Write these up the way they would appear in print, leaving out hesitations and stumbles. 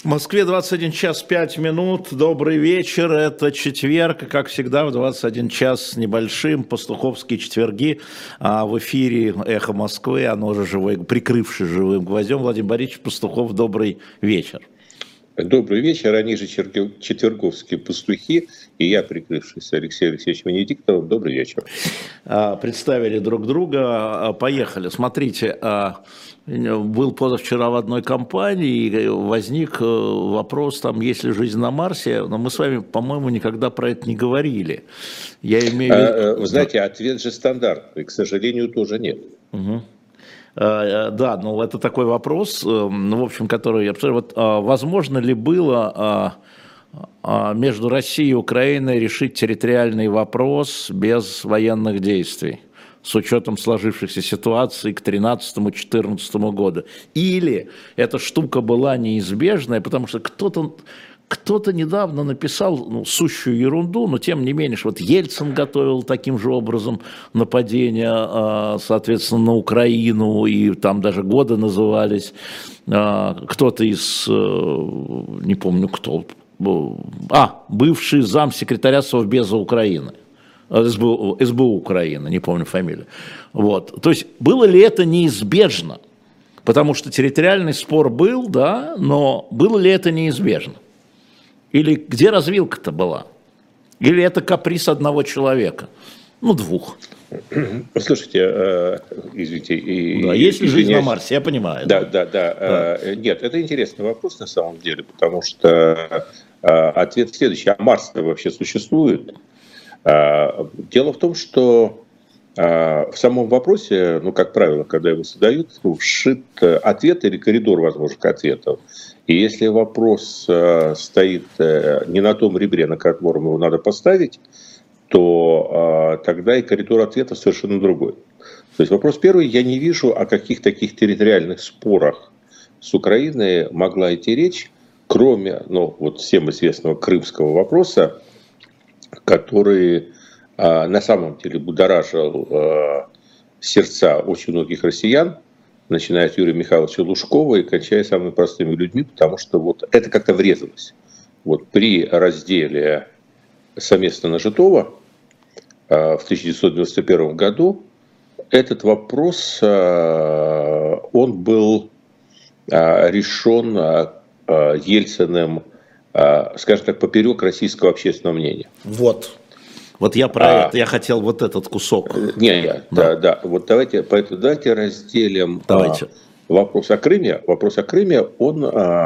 В Москве 21 час 5 минут. Добрый вечер. Это четверг. Как всегда, в 21 час с небольшим. Пастуховские четверги. В эфире «Эхо Москвы». Оно же живой, прикрывший живым гвоздем. Владимир Борисович Пастухов, добрый вечер. Добрый вечер. Они же четверговские пастухи. И я, прикрывшийся Алексеем Алексеевичем Венедиктовым. Добрый вечер. Представили друг друга. Поехали. Смотрите. Был позавчера в одной компании, и возник вопрос, там, есть ли жизнь на Марсе, но мы с вами, по-моему, никогда про это не говорили. Я имею в виду... Вы знаете, ответ же стандартный, к сожалению, тоже нет. Угу. Да, ну это такой вопрос, ну, в общем, который я обсуждаю. Вот, возможно ли было между Россией и Украиной решить территориальный вопрос без военных действий, с учетом сложившихся ситуаций к 2013-2014 году? Или эта штука была неизбежная, потому что кто-то недавно написал сущую ерунду, но тем не менее, вот Ельцин готовил таким же образом нападение, соответственно, на Украину, и там даже годы назывались. Кто-то из, не помню кто, бывший замсекретаря Совбеза Украины. СБУ Украины, не помню фамилию. Вот. То есть было ли это неизбежно? Потому что территориальный спор был, да, но было ли это неизбежно? Или где развилка-то была? Или это каприз одного человека? Ну, двух. Слушайте, извините. Да, есть ли жизнь на Марсе, я понимаю. Да. Нет, это интересный вопрос на самом деле, потому что ответ следующий. А Марс-то вообще существует? Дело в том, что в самом вопросе, ну, как правило, когда его задают, вшит ответ или коридор возможных ответов. И если вопрос стоит не на том ребре, на котором его надо поставить, то тогда и коридор ответов совершенно другой. То есть вопрос первый. Я не вижу, о каких таких территориальных спорах с Украиной могла идти речь, кроме, ну, вот всем известного крымского вопроса, который на самом деле будоражил сердца очень многих россиян, начиная от Юрия Михайловича Лужкова и кончая самыми простыми людьми, потому что вот это как-то врезалось. При разделе совместно нажитого в 1991 году этот вопрос, он был решен Ельциным, скажем так, поперек российского общественного мнения. Вот я про это, я хотел вот этот кусок. Да. Вот давайте разделим вопрос о Крыме. Вопрос о Крыме, он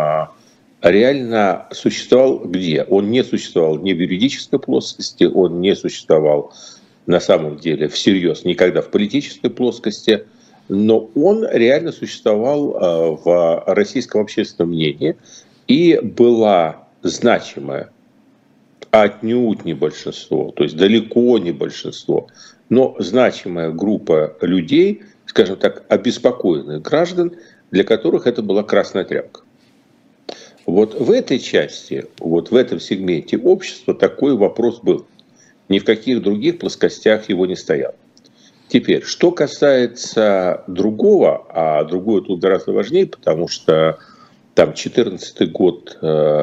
реально существовал где? Он не существовал ни в юридической плоскости, он не существовал на самом деле всерьез никогда в политической плоскости, но он реально существовал в российском общественном мнении, и была значимая, отнюдь не большинство, то есть далеко не большинство, но значимая группа людей, скажем так, обеспокоенных граждан, для которых это была красная тряпка. Вот в этой части, вот в этом сегменте общества такой вопрос был. Ни в каких других плоскостях его не стоял. Теперь, что касается другого, а другое тут гораздо важнее, потому что там 2014 год,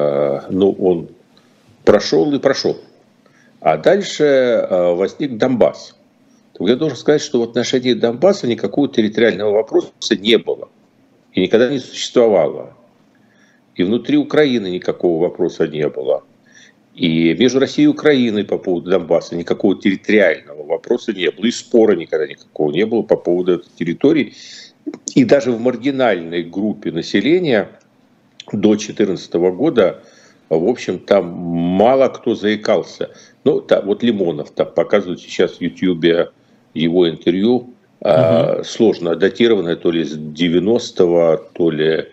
он прошел. А дальше возник Донбасс. Я должен сказать, что в отношении Донбасса никакого территориального вопроса не было. И никогда не существовало. И внутри Украины никакого вопроса не было. И между Россией и Украиной по поводу Донбасса никакого территориального вопроса не было. И спора никогда никакого не было по поводу этой территории. И даже в маргинальной группе населения до 2014 года, в общем, там мало кто заикался. Ну, вот Лимонов там показывают сейчас в Ютьюбе его интервью, сложно датированное, то ли с 90-го, то ли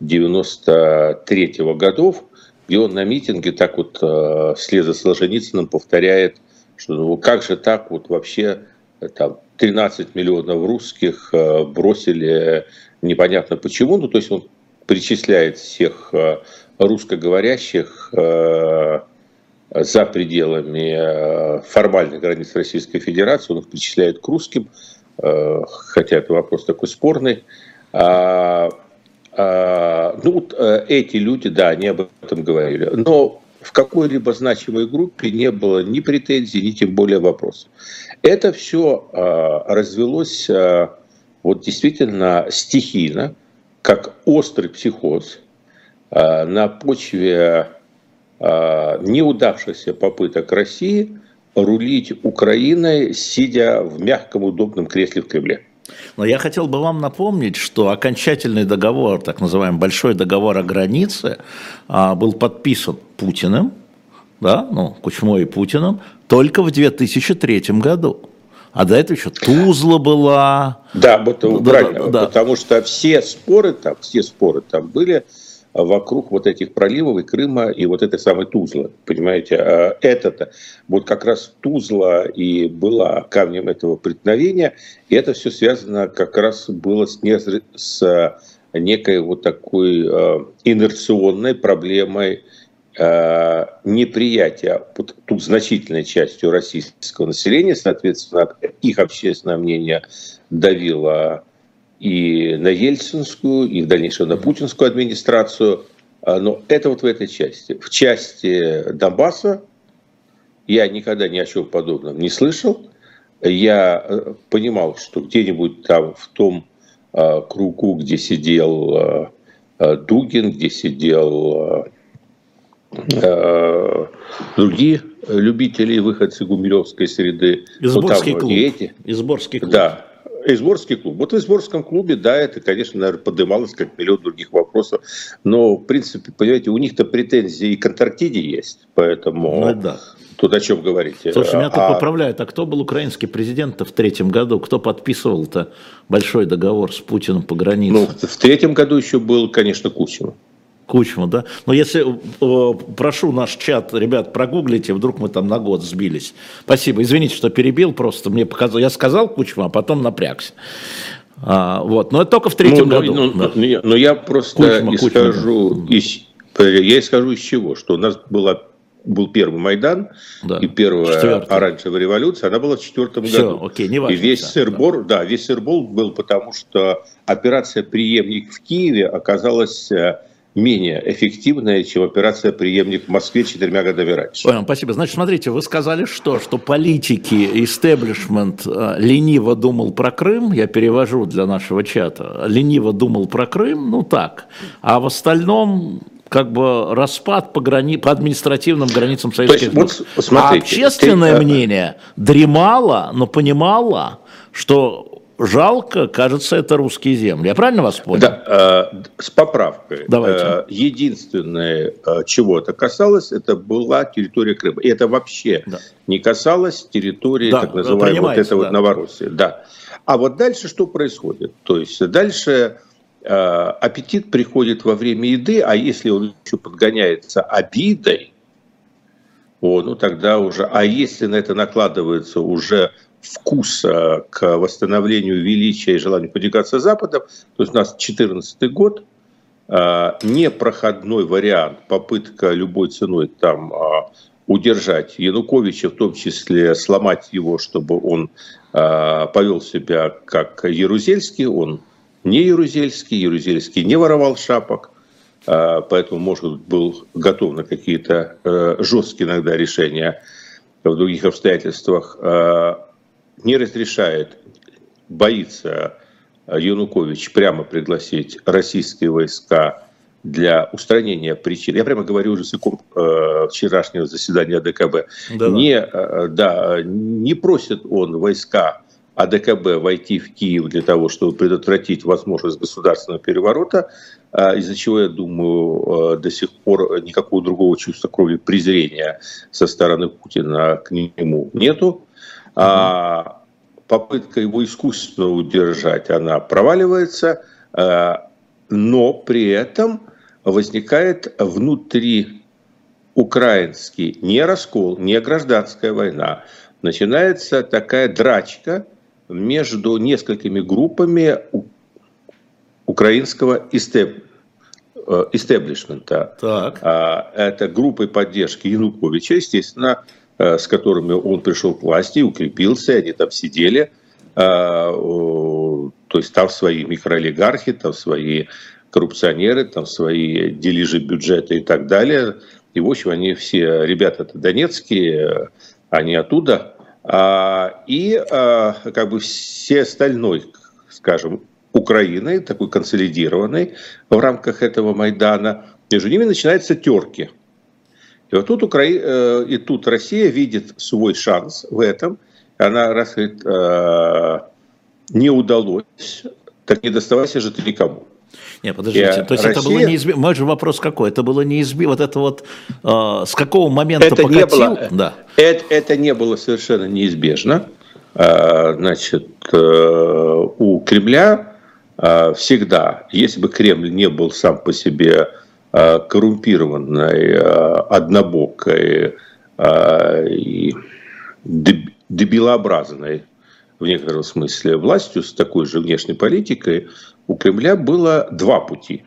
93-го годов, где он на митинге так вот вслед за Солженицыным повторяет, что ну как же так вот вообще там 13 миллионов русских бросили непонятно почему, ну то есть он причисляет всех русскоговорящих за пределами формальных границ Российской Федерации, он их причисляет к русским, хотя это вопрос такой спорный. Эти люди, да, они об этом говорили. Но в какой-либо значимой группе не было ни претензий, ни тем более вопросов. Это все развелось вот действительно стихийно, как острый психоз на почве неудавшихся попыток России рулить Украиной, сидя в мягком, удобном кресле в Кремле. Но я хотел бы вам напомнить, что окончательный договор, так называемый большой договор о границе, был подписан Путиным, да, Кучмой и Путиным, только в 2003 году. А до этого еще Тузла была. Да, правильно, да. Потому что все споры там были вокруг вот этих проливов и Крыма и вот этой самой Тузлы, понимаете, это-то, вот как раз Тузла и была камнем этого преткновения, и это все связано как раз было с некой вот такой инерционной проблемой неприятия вот, тут значительной частью российского населения, соответственно, их общественное мнение давило и на ельцинскую, и в дальнейшем на путинскую администрацию. Но это вот в этой части. В части Донбасса я никогда ни о чем подобном не слышал. Я понимал, что где-нибудь там в том кругу, где сидел Дугин, где сидел другие любители и выходцы гумилевской среды. Изборский клуб. Изборский клуб. Да. Изборский клуб. Вот в Изборском клубе, да, это, конечно, наверное, поднималось как миллион других вопросов. Но, в принципе, понимаете, у них-то претензии и к Антарктиде есть. Поэтому да. Тут о чем говорите. Слушай, меня тут поправляют. А кто был украинский президент-то в 2003 году? Кто подписывал-то большой договор с Путиным по границе? В 2003 году еще был, конечно, Кучма. Кучма, да? Но если, прошу наш чат, ребят, прогуглите, вдруг мы там на год сбились. Спасибо, извините, что перебил, просто мне показалось, я сказал Кучма, а потом напрягся. Вот, но это только в 2003 году. Но я просто исхожу из чего, что у нас был первый Майдан, да. И первая оранжевая революция, она была в 2004 году. Окей, не важно, и весь сыр-бор, весь сыр-бор был потому, что операция «Преемник» в Киеве оказалась менее эффективная, чем операция «Преемник» в Москве 4 годами раньше. Спасибо. Значит, смотрите, вы сказали, что политики, истеблишмент лениво думал про Крым, я перевожу для нашего чата, лениво думал про Крым, так, а в остальном как бы распад по административным границам Советского Союза. А общественное мнение дремало, но понимало, что жалко, кажется, это русские земли. Я правильно вас понял? Да, с поправкой. Давайте. Единственное, чего это касалось, это была территория Крыма. И это вообще не касалось территории, так называемой, вот этой вот Новороссии. Да. А вот дальше что происходит? То есть дальше аппетит приходит во время еды, а если он еще подгоняется обидой, тогда уже, а если на это накладывается уже вкус к восстановлению величия и желанию подвигаться Западом, то есть у нас 2014 год, непроходной вариант, попытка любой ценой там удержать Януковича, в том числе сломать его, чтобы он повел себя как Ярузельский, он не Ярузельский не воровал шапок, поэтому, может быть, был готов на какие-то жесткие иногда решения в других обстоятельствах, не разрешает, боится Янукович прямо пригласить российские войска для устранения причин. Я прямо говорю уже языком вчерашнего заседания АДКБ. Не просит он войска АДКБ войти в Киев для того, чтобы предотвратить возможность государственного переворота, из-за чего, я думаю, до сих пор никакого другого чувства, кроме презрения со стороны Путина к нему нету. Попытка его искусственно удержать, она проваливается, но при этом возникает внутри украинский не раскол, не гражданская война. Начинается такая драчка между несколькими группами украинского истеблишмента. Это группой поддержки Януковича, естественно, с которыми он пришел к власти, укрепился, они там сидели. То есть там свои микроолигархи, там свои коррупционеры, там свои дележи бюджета и так далее. И, в общем, они все, ребята-то донецкие, они оттуда. Как бы все остальной, скажем, Украины, такой консолидированной в рамках этого Майдана, между ними начинаются терки. И вот тут, и тут Россия видит свой шанс в этом. Она, раз говорит, не удалось, так не доставайся же ты никому. Нет, подождите, то есть Россия... это было неизбежно. Мой же вопрос какой? Это было неизбежно. Вот это вот с какого момента это покатил? Не было, да. Это не было совершенно неизбежно. Значит, у Кремля всегда, если бы Кремль не был сам по себе коррумпированной, однобокой и дебилообразной в некотором смысле властью с такой же внешней политикой, у Кремля было два пути.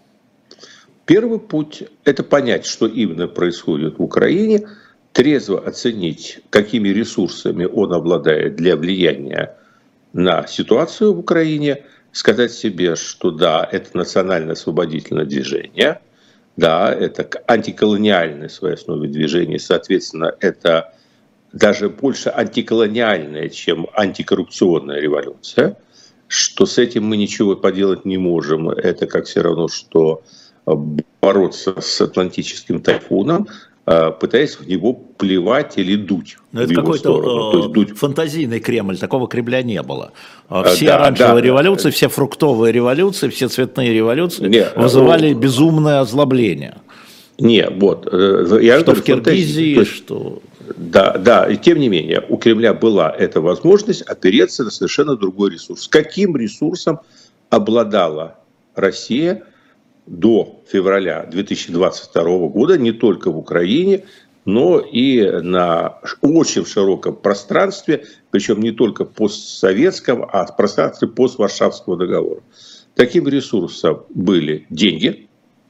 Первый путь – это понять, что именно происходит в Украине, трезво оценить, какими ресурсами он обладает для влияния на ситуацию в Украине, сказать себе, что да, это национально-освободительное движение, да, это антиколониальное в своей основе движение, соответственно, это даже больше антиколониальная, чем антикоррупционная революция, что с этим мы ничего поделать не можем. Это как все равно, что бороться с атлантическим тайфуном, пытаясь в него плевать или дуть. Но это какой-то фантазийный Кремль, такого Кремля не было. Все оранжевые революции, все фруктовые революции, все цветные революции вызывали безумное озлобление. Не, вот. Я что в Киргизии, что... Да, и тем не менее, у Кремля была эта возможность опереться на совершенно другой ресурс. Каким ресурсом обладала Россия до февраля 2022 года, не только в Украине, но и на очень широком пространстве, причем не только постсоветском, а в пространстве постваршавского договора. Таким ресурсом были деньги,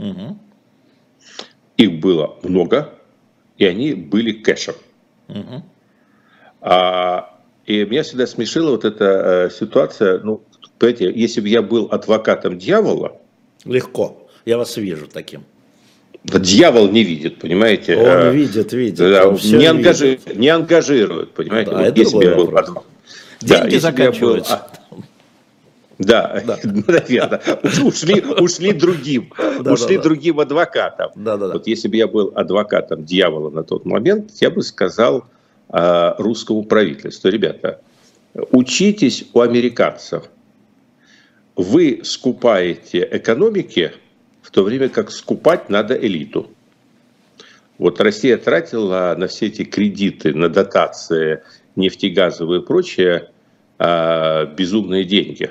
их было много, и они были кэшем. И меня всегда смешила вот эта ситуация, ну, понимаете, если бы я был адвокатом дьявола... Легко, я вас вижу таким. Да, дьявол не видит, понимаете. Он видит. Да, не ангажирует, понимаете. Да, вот если бы я был адвокат. Деньги заканчиваются. Да, наверное. Ушли другим адвокатом. Вот если бы я был адвокатом дьявола на тот момент, я бы сказал русскому правительству: ребята, учитесь у американцев. Вы скупаете экономики, в то время как скупать надо элиту. Вот Россия тратила на все эти кредиты, на дотации нефтегазовые и прочее безумные деньги.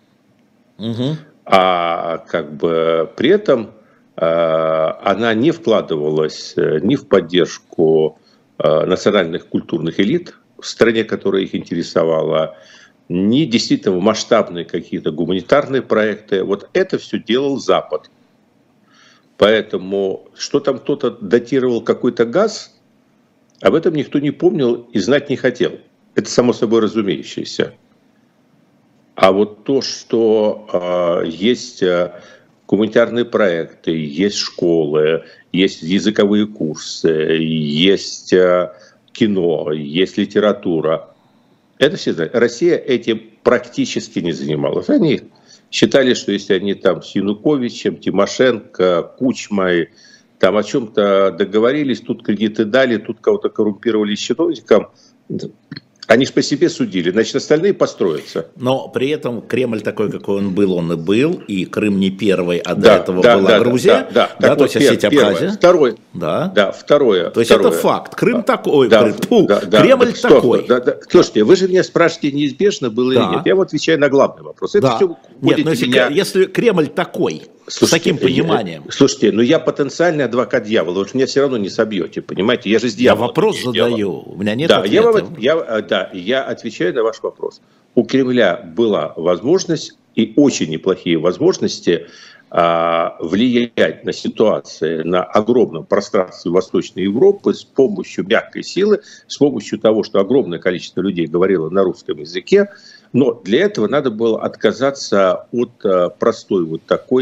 А как бы при этом она не вкладывалась ни в поддержку национальных культурных элит в стране, которая их интересовала, ни действительно в масштабные какие-то гуманитарные проекты. Вот это все делал Запад. Поэтому, что там кто-то датировал какой-то газ, об этом никто не помнил и знать не хотел. Это само собой разумеющееся. А вот то, что есть гуманитарные проекты, есть школы, есть языковые курсы, есть кино, есть литература, это все знают. Россия этим практически не занималась. Они считали, что если они там с Януковичем, Тимошенко, Кучмой там о чем-то договорились, тут кредиты дали, тут кого-то коррумпировали чиновникам, они же по себе судили, значит, остальные построятся. Но при этом Кремль такой, какой он и был, и Крым не первый, а до этого была Грузия, то есть Осетия, Абхазия. Второе. То есть это факт. Крым такой, Кремль такой. Слушайте, вы же меня спрашиваете, неизбежно было или нет. Я вам отвечаю на главный вопрос. Это все нет, но если Кремль такой, с таким пониманием. Слушайте, ну я потенциальный адвокат дьявола, вы же меня все равно не собьете, понимаете? Я же с дьяволом. Я вопрос задаю, у меня нет ответа. Я отвечаю на ваш вопрос. У Кремля была возможность и очень неплохие возможности влиять на ситуации на огромном пространстве Восточной Европы с помощью мягкой силы, с помощью того, что огромное количество людей говорило на русском языке. Но для этого надо было отказаться от простой вот такой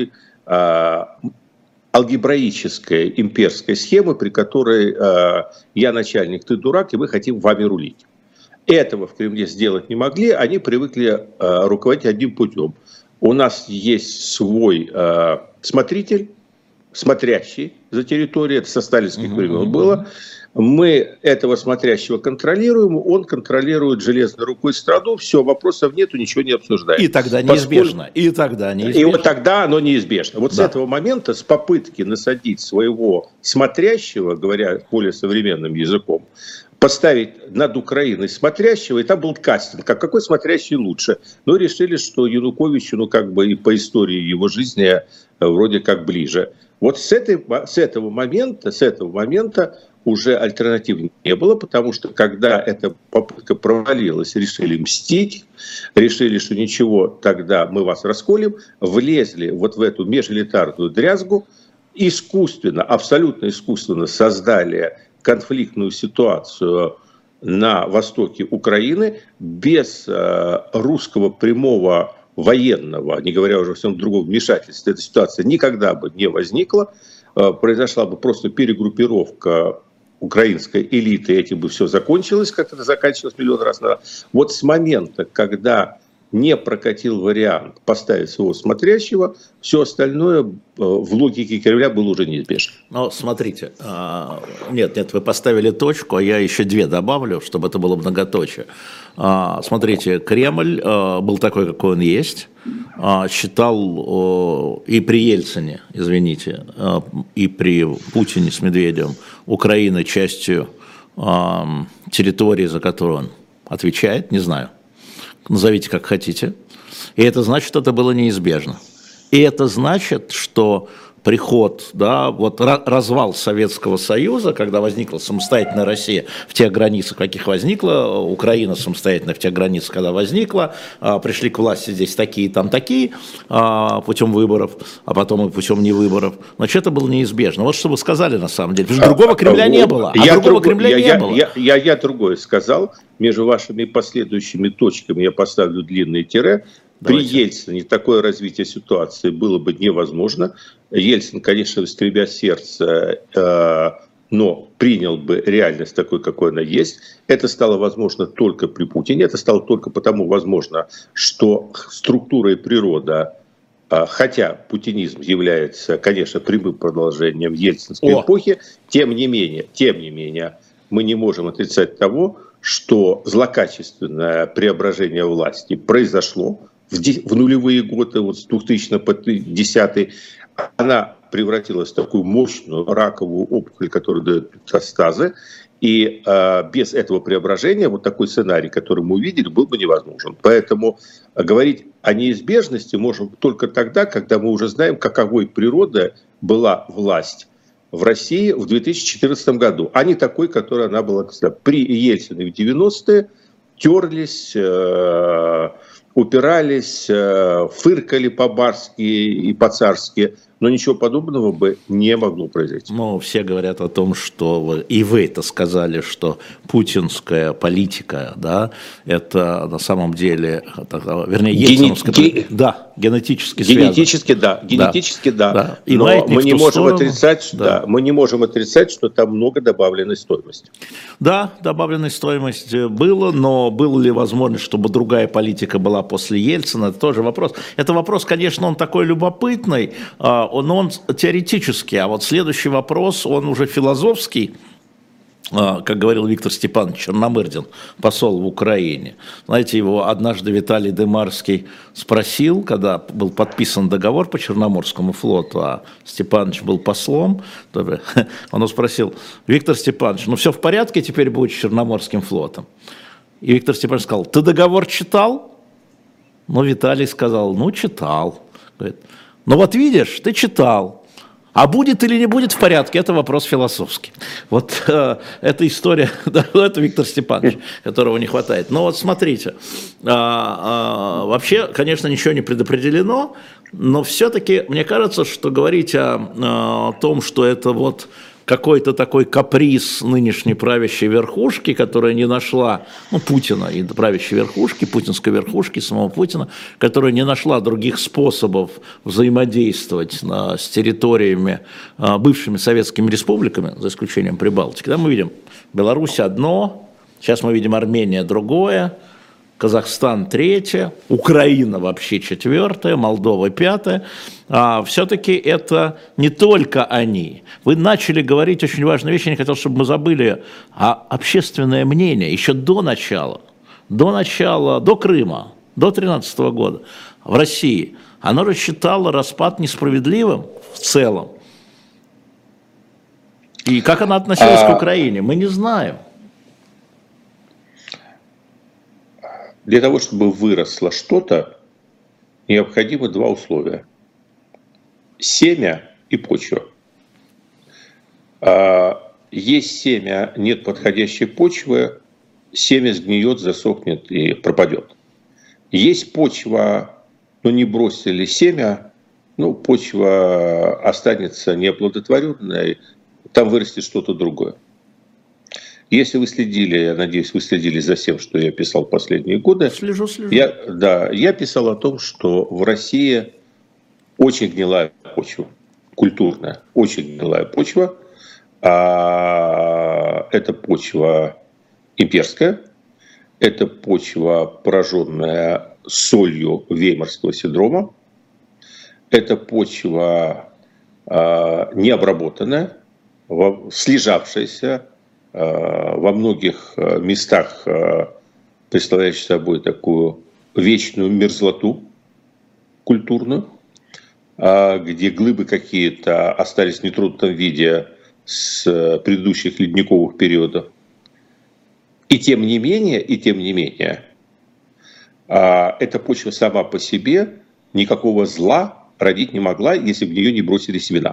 алгебраической имперской схемы, при которой я начальник, ты дурак, и мы хотим вами рулить. Этого в Кремле сделать не могли, они привыкли руководить одним путем. У нас есть свой смотритель, смотрящий за территорией, это со сталинских времен было. Мы этого смотрящего контролируем, он контролирует железной рукой страну, все, вопросов нету, ничего не обсуждаем. И тогда неизбежно. И вот тогда оно неизбежно. Вот с этого момента, с попытки насадить своего смотрящего, говоря более современным языком, поставить над Украиной смотрящего, и там был кастинг, какой смотрящий лучше. Но решили, что Януковичу, и по истории его жизни вроде как ближе. Вот с этого момента уже альтернатив не было, потому что когда эта попытка провалилась, решили мстить, решили, что ничего, тогда мы вас расколем, влезли вот в эту межэлитарную дрязгу, абсолютно искусственно создали конфликтную ситуацию на востоке Украины без русского прямого военного, не говоря уже о всем другом вмешательстве, эта ситуация никогда бы не возникла, произошла бы просто перегруппировка украинской элиты, этим бы все закончилось, как это заканчивалось миллион раз. Вот с момента, когда не прокатил вариант поставить своего смотрящего, все остальное в логике Кремля было уже неизбежно. Но смотрите, нет, вы поставили точку, а я еще две добавлю, чтобы это было многоточие. Смотрите, Кремль был такой, какой он есть, считал и при Ельцине, извините, и при Путине с Медведевым Украина частью территории, за которую он отвечает, не знаю. Назовите как хотите. И это значит, что это было неизбежно. И это значит, что приход, развал Советского Союза, когда возникла самостоятельная Россия в тех границах, в каких возникла, Украина самостоятельно в тех границах, когда возникла, пришли к власти здесь такие, там такие, путем выборов, а потом и путем невыборов. Значит, это было неизбежно. Вот что вы сказали на самом деле. Потому что другого Кремля не было. Я другое сказал. Между вашими последующими точками я поставлю длинные тире. Давайте. При Ельцине такое развитие ситуации было бы невозможно. Ельцин, конечно, скребя сердце, но принял бы реальность такой, какой она есть. Это стало возможно только при Путине. Это стало только потому возможно, что структура и природа, хотя путинизм является, конечно, прямым продолжением ельцинской эпохи, тем не менее, мы не можем отрицать того, что злокачественное преображение власти произошло в нулевые годы, вот с 2000 по 2010, она превратилась в такую мощную раковую опухоль, которая дает метастазы, и без этого преображения вот такой сценарий, который мы увидели, был бы невозможен. Поэтому говорить о неизбежности можем только тогда, когда мы уже знаем, каковой природы была власть в России в 2014 году, а не такой, которой она была при Ельцине в 90-е, терлись, упирались, фыркали по-барски и по-царски, но ничего подобного бы не могло произойти. Ну, все говорят о том, что, и вы это сказали, что путинская политика, это на самом деле, вернее, ельциновская, генетически связано. Генетически, да. Но мы не можем отрицать, что там много добавленной стоимости. Да, добавленной стоимости было, но было ли возможность, чтобы другая политика была после Ельцина, это тоже вопрос. Это вопрос, конечно, он такой любопытный, он теоретический, а вот следующий вопрос, он уже философский, как говорил Виктор Степанович Черномырдин, посол в Украине. Знаете, его однажды Виталий Дымарский спросил, когда был подписан договор по Черноморскому флоту, а Степанович был послом, он спросил: Виктор Степанович, ну все в порядке теперь будет с Черноморским флотом? И Виктор Степанович сказал: ты договор читал? Ну, Виталий сказал: ну, читал. Говорит: ну вот видишь, ты читал. А будет или не будет в порядке, это вопрос философский. Вот эта история, это Виктор Степанович, которого не хватает. Но вот смотрите, вообще, конечно, ничего не предопределено, но все-таки мне кажется, что говорить о том, что это вот какой-то такой каприз нынешней правящей верхушки, которая не нашла, Путина и правящей верхушки, путинской верхушки, самого Путина, которая не нашла других способов взаимодействовать с территориями, бывшими советскими республиками, за исключением Прибалтики. Да, мы видим Беларусь одно, сейчас мы видим Армения другое, Казахстан третье, Украина вообще четвертое, Молдова пятое. Все-таки это не только они. Вы начали говорить очень важную вещь, я не хотел, чтобы мы забыли, общественное мнение еще до Крыма, до 2013 года в России, оно рассчитало распад несправедливым в целом. И как она относилась к Украине, мы не знаем. Для того, чтобы выросло что-то, необходимо два условия. Семя и почва. Есть семя, нет подходящей почвы, семя сгниет, засохнет и пропадет. Есть почва, но не бросили семя, почва останется неоплодотворенной, там вырастет что-то другое. Если вы следили, я надеюсь, вы следили за тем, что я писал последние годы. Слежу. Я писал о том, что в России очень гнилая почва, культурная, очень гнилая почва. Это почва имперская, это почва, пораженная солью веймарского синдрома, это почва необработанная, слежавшаяся, во многих местах представляющий собой такую вечную мерзлоту культурную, где глыбы какие-то остались в нетронутом виде с предыдущих ледниковых периодов. И тем не менее, эта почва сама по себе никакого зла родить не могла, если бы в нее не бросили семена.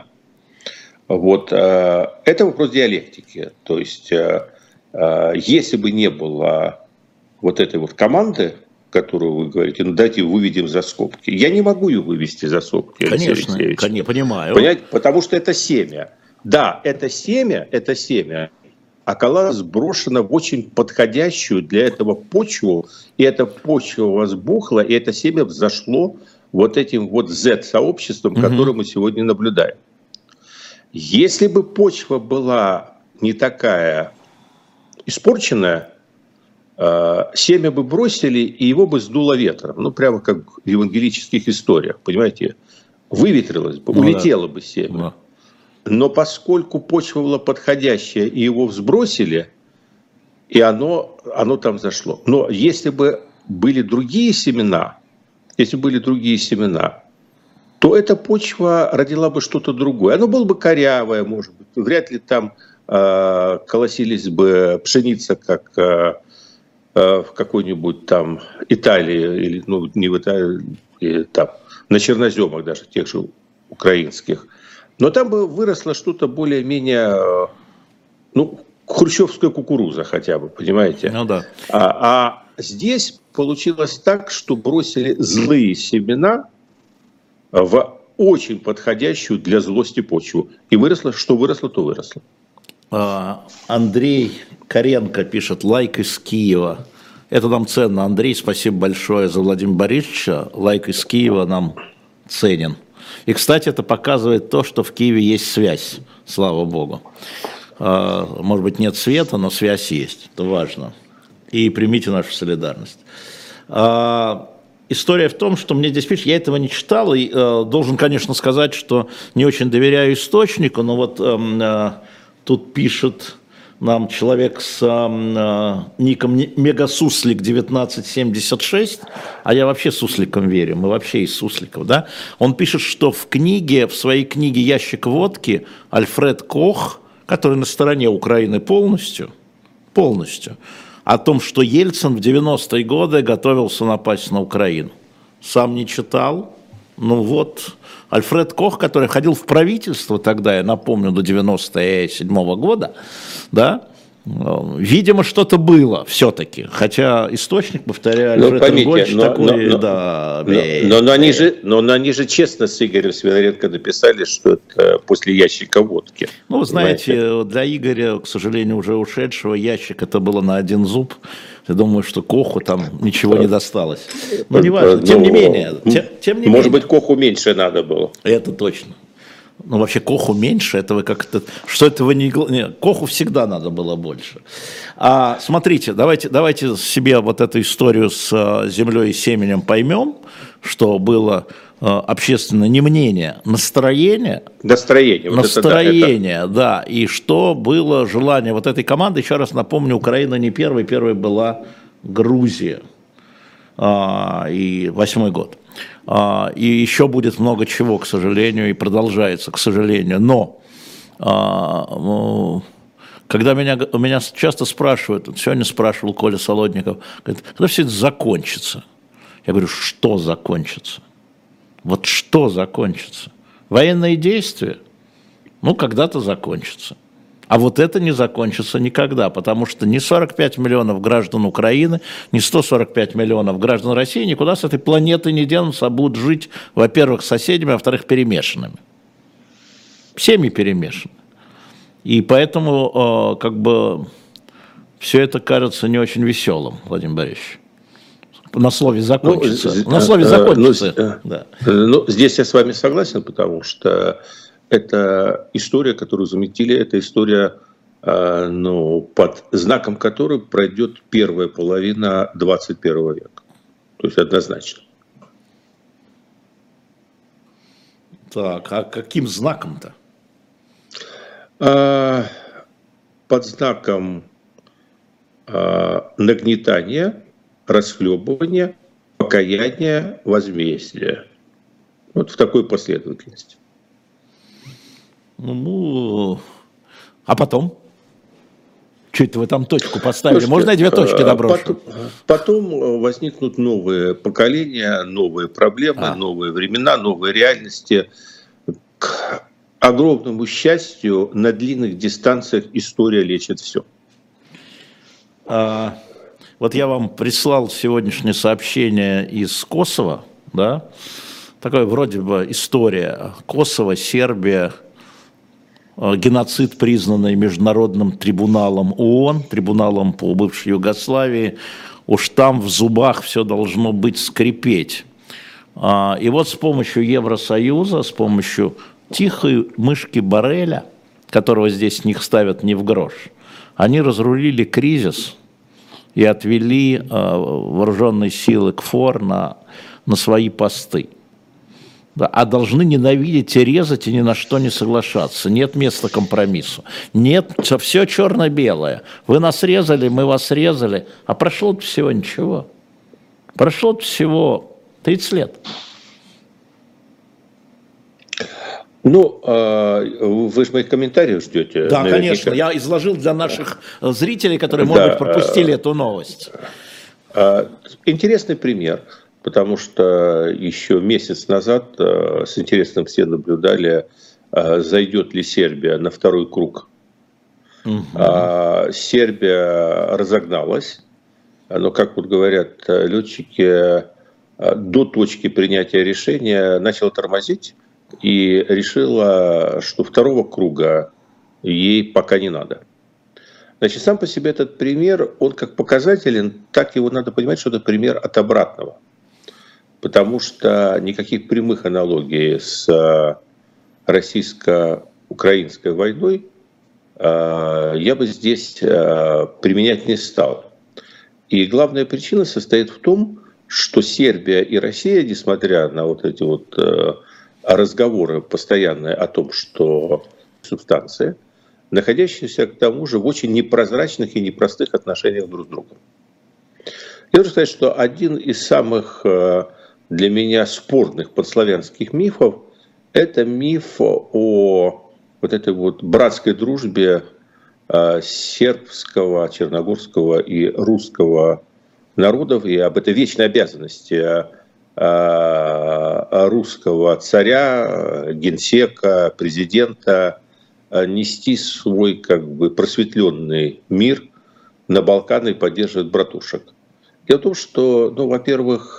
Это вопрос диалектики. То есть, если бы не было вот этой команды, которую вы говорите, дайте выведем за скобки. Я не могу ее вывести за скобки. Конечно, не понимаю. Понимаете? Потому что это семя. Да, это семя, оказалось сброшено в очень подходящую для этого почву, и эта почва возбухла, и это семя взошло этим Z-сообществом, которое мы сегодня наблюдаем. Если бы почва была не такая испорченная, семя бы бросили, и его бы сдуло ветром. Прямо как в евангелических историях, понимаете? Выветрилось бы, улетело бы семя. Да. Но поскольку почва была подходящая, и его взбросили, и оно там зашло. Но если бы были другие семена, то эта почва родила бы что-то другое. Оно было бы корявое, может быть. Вряд ли там колосились бы пшеница, как в какой-нибудь там Италии, или не в Италии, там, на черноземах даже, тех же украинских. Но там бы выросло что-то более-менее, хрущевская кукуруза хотя бы, понимаете? Да. А здесь получилось так, что бросили злые семена в очень подходящую для злости почву. И выросло, что выросло, то выросло. Андрей Коренко пишет: лайк из Киева. Это нам ценно. Андрей, спасибо большое за Владимира Борисовича. Лайк из Киева нам ценен. И, кстати, это показывает то, что в Киеве есть связь, слава богу. Может быть, нет света, но связь есть. Это важно. И примите нашу солидарность. История в том, что мне здесь пишут, я этого не читал, и должен, конечно, сказать, что не очень доверяю источнику, но тут пишет нам человек с ником Мегасуслик 1976, а я вообще сусликам верю, мы вообще из сусликов, да? Он пишет, что в своей книге «Ящик водки» Альфред Кох, который на стороне Украины полностью, о том, что Ельцин в 90-е годы готовился напасть на Украину. Сам не читал. Альфред Кох, который ходил в правительство тогда, я напомню, до 97-го года, да, Видимо, что-то было все-таки, хотя источник, повторяю, Ну, поймите, такой, но они же честно с Игорем Свинаренко написали, что это после ящика водки. Ну, вы знаете, для Игоря, к сожалению, уже ушедшего, ящик это было на один зуб. Я думаю, что Коху там ничего не досталось. Но неважно, тем не менее. Может быть, Коху меньше надо было. Это точно. Ну, вообще, Коху меньше, это вы как-то... Что это вы не... Нет, Коху всегда надо было больше. Смотрите, давайте себе вот эту историю с землей и семенем поймем, что было общественное не мнение, настроение. Настроение, да. И что было желание вот этой команды. Еще раз напомню, Украина не первой была Грузия. И 8-й год. И еще будет много чего, к сожалению, и продолжается, к сожалению. Но когда меня часто спрашивают, вот сегодня спрашивал Коля Солодников, говорит, когда все это закончится? Я говорю, что закончится? Вот что закончится? Военные действия? Ну, когда-то закончится. А вот это не закончится никогда, потому что ни 45 миллионов граждан Украины, ни 145 миллионов граждан России никуда с этой планеты не денутся, а будут жить, во-первых, с соседями, а во-вторых, перемешанными. Семьи перемешаны. И поэтому все это кажется не очень веселым, Владимир Борисович. На слове закончится. Здесь я с вами согласен, потому что это история, которую замутили, это история, под знаком которой пройдет первая половина 21 века. То есть однозначно. Так, а каким знаком-то? Под знаком нагнетания, расхлебывания, покаяния, возмездия. Вот в такой последовательности. А потом? Чуть вы там точку поставили? Слушайте, можно я 2 точки доброшу? Потом возникнут новые поколения, новые проблемы, новые времена, новые реальности. К огромному счастью, на длинных дистанциях история лечит все. Вот я вам прислал сегодняшнее сообщение из Косово, да? Такая вроде бы история. Косово, Сербия, геноцид, признанный Международным трибуналом ООН, трибуналом по бывшей Югославии, уж там в зубах все должно быть скрипеть. И вот с помощью Евросоюза, с помощью тихой мышки Борреля, которого здесь с них ставят не в грош, они разрулили кризис и отвели вооруженные силы КФОР на свои посты. Да, а должны ненавидеть и резать, и ни на что не соглашаться. Нет места компромиссу. Нет, все черно-белое. Вы нас резали, мы вас резали. А прошло всего ничего. Прошло всего 30 лет. Вы же моих комментариев ждете. Да, наверняка. Конечно. Я изложил для наших зрителей, которые, может быть, пропустили эту новость. Интересный пример. Потому что еще месяц назад с интересом все наблюдали, зайдет ли Сербия на второй круг. Сербия разогналась, но, как вот говорят летчики, до точки принятия решения начала тормозить и решила, что второго круга ей пока не надо. Значит, сам по себе этот пример, он как показателен, так его надо понимать, что это пример от обратного. Потому что никаких прямых аналогий с российско-украинской войной я бы здесь применять не стал. И главная причина состоит в том, что Сербия и Россия, несмотря на вот эти вот разговоры постоянные о том, что субстанции, находящиеся к тому же в очень непрозрачных и непростых отношениях друг с другом. Я должен сказать, что один из самых для меня спорных подславянских мифов – это миф о вот этой вот братской дружбе сербского, черногорского и русского народов и об этой вечной обязанности русского царя, генсека, президента нести свой как бы просветленный мир на Балканы и поддерживать братушек. Дело в том, что, ну, во-первых,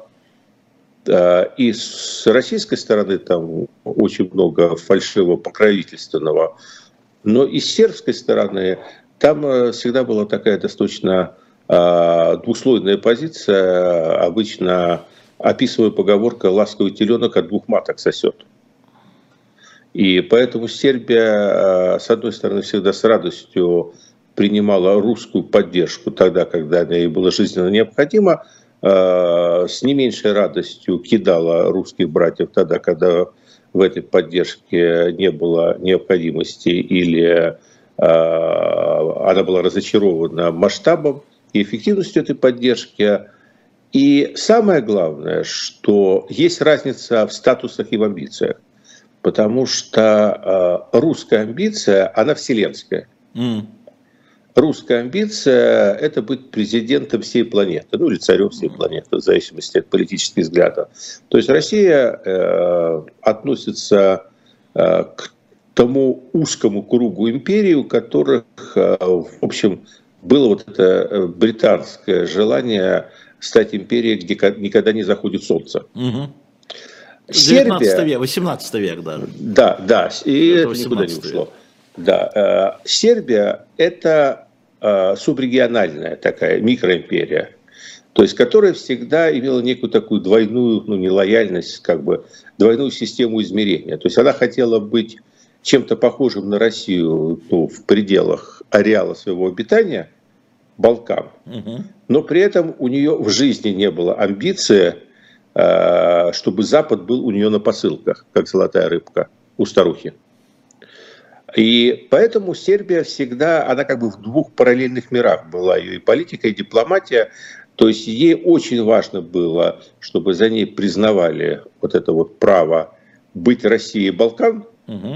и с российской стороны там очень много фальшивого покровительственного, но и с сербской стороны там всегда была такая достаточно двуслойная позиция, обычно описывая поговорка «ласковый теленок от двух маток сосет». И поэтому Сербия, с одной стороны, всегда с радостью принимала русскую поддержку тогда, когда она ей было жизненно необходимо, с не меньшей радостью кидала русских братьев тогда, когда в этой поддержке не было необходимости или она была разочарована масштабом и эффективностью этой поддержки. И самое главное, что есть разница в статусах и в амбициях. Потому что русская амбиция, она вселенская. Русская амбиция – это быть президентом всей планеты, ну или царем всей планеты, в зависимости от политических взглядов. То есть Россия относится к тому узкому кругу империй, у которых, в общем, было вот это британское желание стать империей, где никогда не заходит солнце. Сербия, 19 век, 18 век даже. Да, да, и это никуда не ушло. Да, Сербия – это субрегиональная такая микроимперия, то есть которая всегда имела некую такую двойную, ну не лояльность, как бы двойную систему измерения. То есть она хотела быть чем-то похожим на Россию, ну, в пределах ареала своего обитания, Балкан, но при этом у нее в жизни не было амбиции, чтобы Запад был у нее на посылках, как золотая рыбка у старухи. И поэтому Сербия всегда, она как бы в двух параллельных мирах была, ее и политика, и дипломатия. То есть ей очень важно было, чтобы за ней признавали вот это вот право быть Россией и Балкан,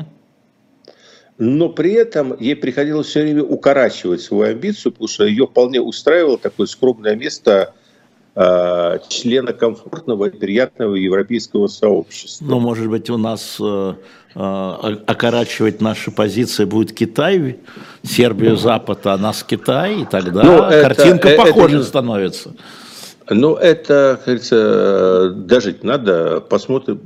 но при этом ей приходилось все время укорачивать свою амбицию, потому что ее вполне устраивало такое скромное место члена комфортного и приятного европейского сообщества. Ну, может быть, у нас окорачивать наши позиции будет Китай, Сербию Запад, а нас Китай, и тогда картинка похожа становится. Ну, это, как говорится, дожить надо, посмотрим.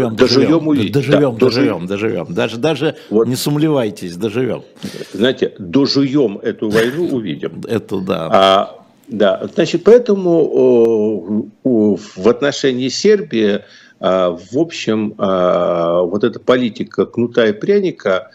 Доживем. Даже вот. Не сомневайтесь, доживем. Знаете, дожуем эту войну, увидим. Это да. Да, значит, поэтому в отношении Сербии, в общем, вот эта политика кнута и пряника,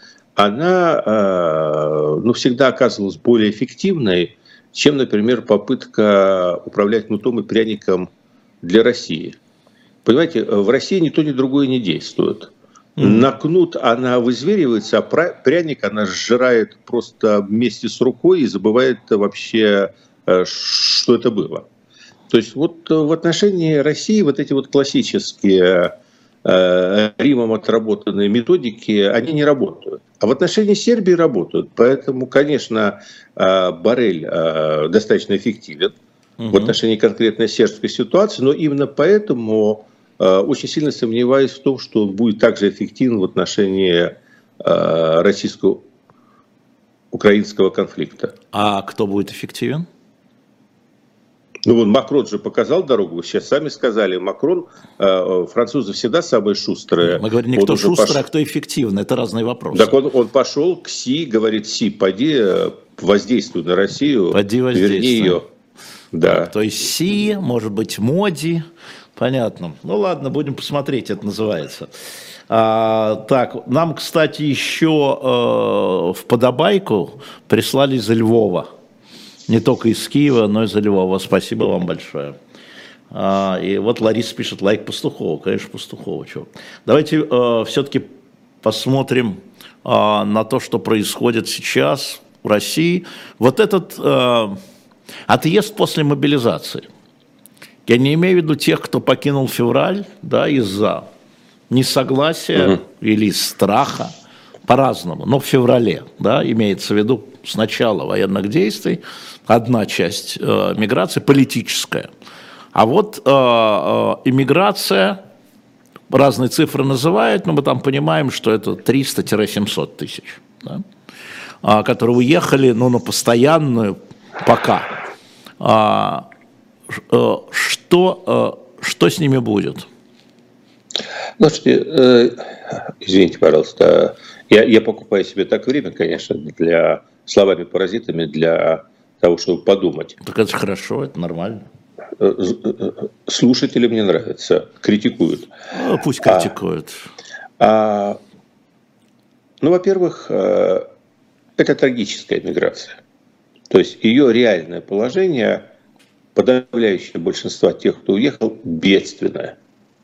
она, ну, всегда оказывалась более эффективной, чем, например, попытка управлять кнутом и пряником для России. Понимаете, в России ни то, ни другое не действует. На кнут она вызверивается, а пряник она сжирает просто вместе с рукой и забывает вообще, что это было. То есть вот в отношении России вот эти вот классические Римом отработанные методики, они не работают. А в отношении Сербии работают. Поэтому, конечно, Боррель достаточно эффективен в отношении конкретной сербской ситуации, но именно поэтому очень сильно сомневаюсь в том, что он будет также эффективен в отношении российско-украинского конфликта. А кто будет эффективен? Ну вот Макрон же показал дорогу, вы сейчас сами сказали, Макрон, французы всегда самые шустрые. Мы говорим не кто шустрый, а кто эффективный, это разные вопросы. Так он пошел к Си, говорит, Си, поди воздействуй на Россию, верни ее. Да. Так, то есть Си, может быть Моди, понятно. Ну ладно, будем посмотреть, это называется. Так, нам, кстати, еще в Подобайку прислали из Львова. Не только из Киева, но и из Львова. Спасибо вам большое. И вот Лариса пишет лайк Пастухову. Конечно, Пастухову. Чего? Давайте все-таки посмотрим на то, что происходит сейчас в России. Вот этот отъезд после мобилизации. Я не имею в виду тех, кто покинул февраль, да, из-за несогласия или страха, по-разному, но в феврале, да, имеется в виду с начала военных действий, одна часть миграции политическая. А вот иммиграция, разные цифры называют, но мы там понимаем, что это 300-700 тысяч. да, которые уехали, ну, на постоянную пока. Что с ними будет? Слушайте, извините, пожалуйста, я покупаю себе так время, конечно, для словами-паразитами, для того, чтобы подумать. Так это же хорошо, это нормально. Слушатели мне нравятся, критикуют. Пусть критикуют. Ну, во-первых, это трагическая миграция. То есть ее реальное положение, подавляющее большинство тех, кто уехал, бедственное.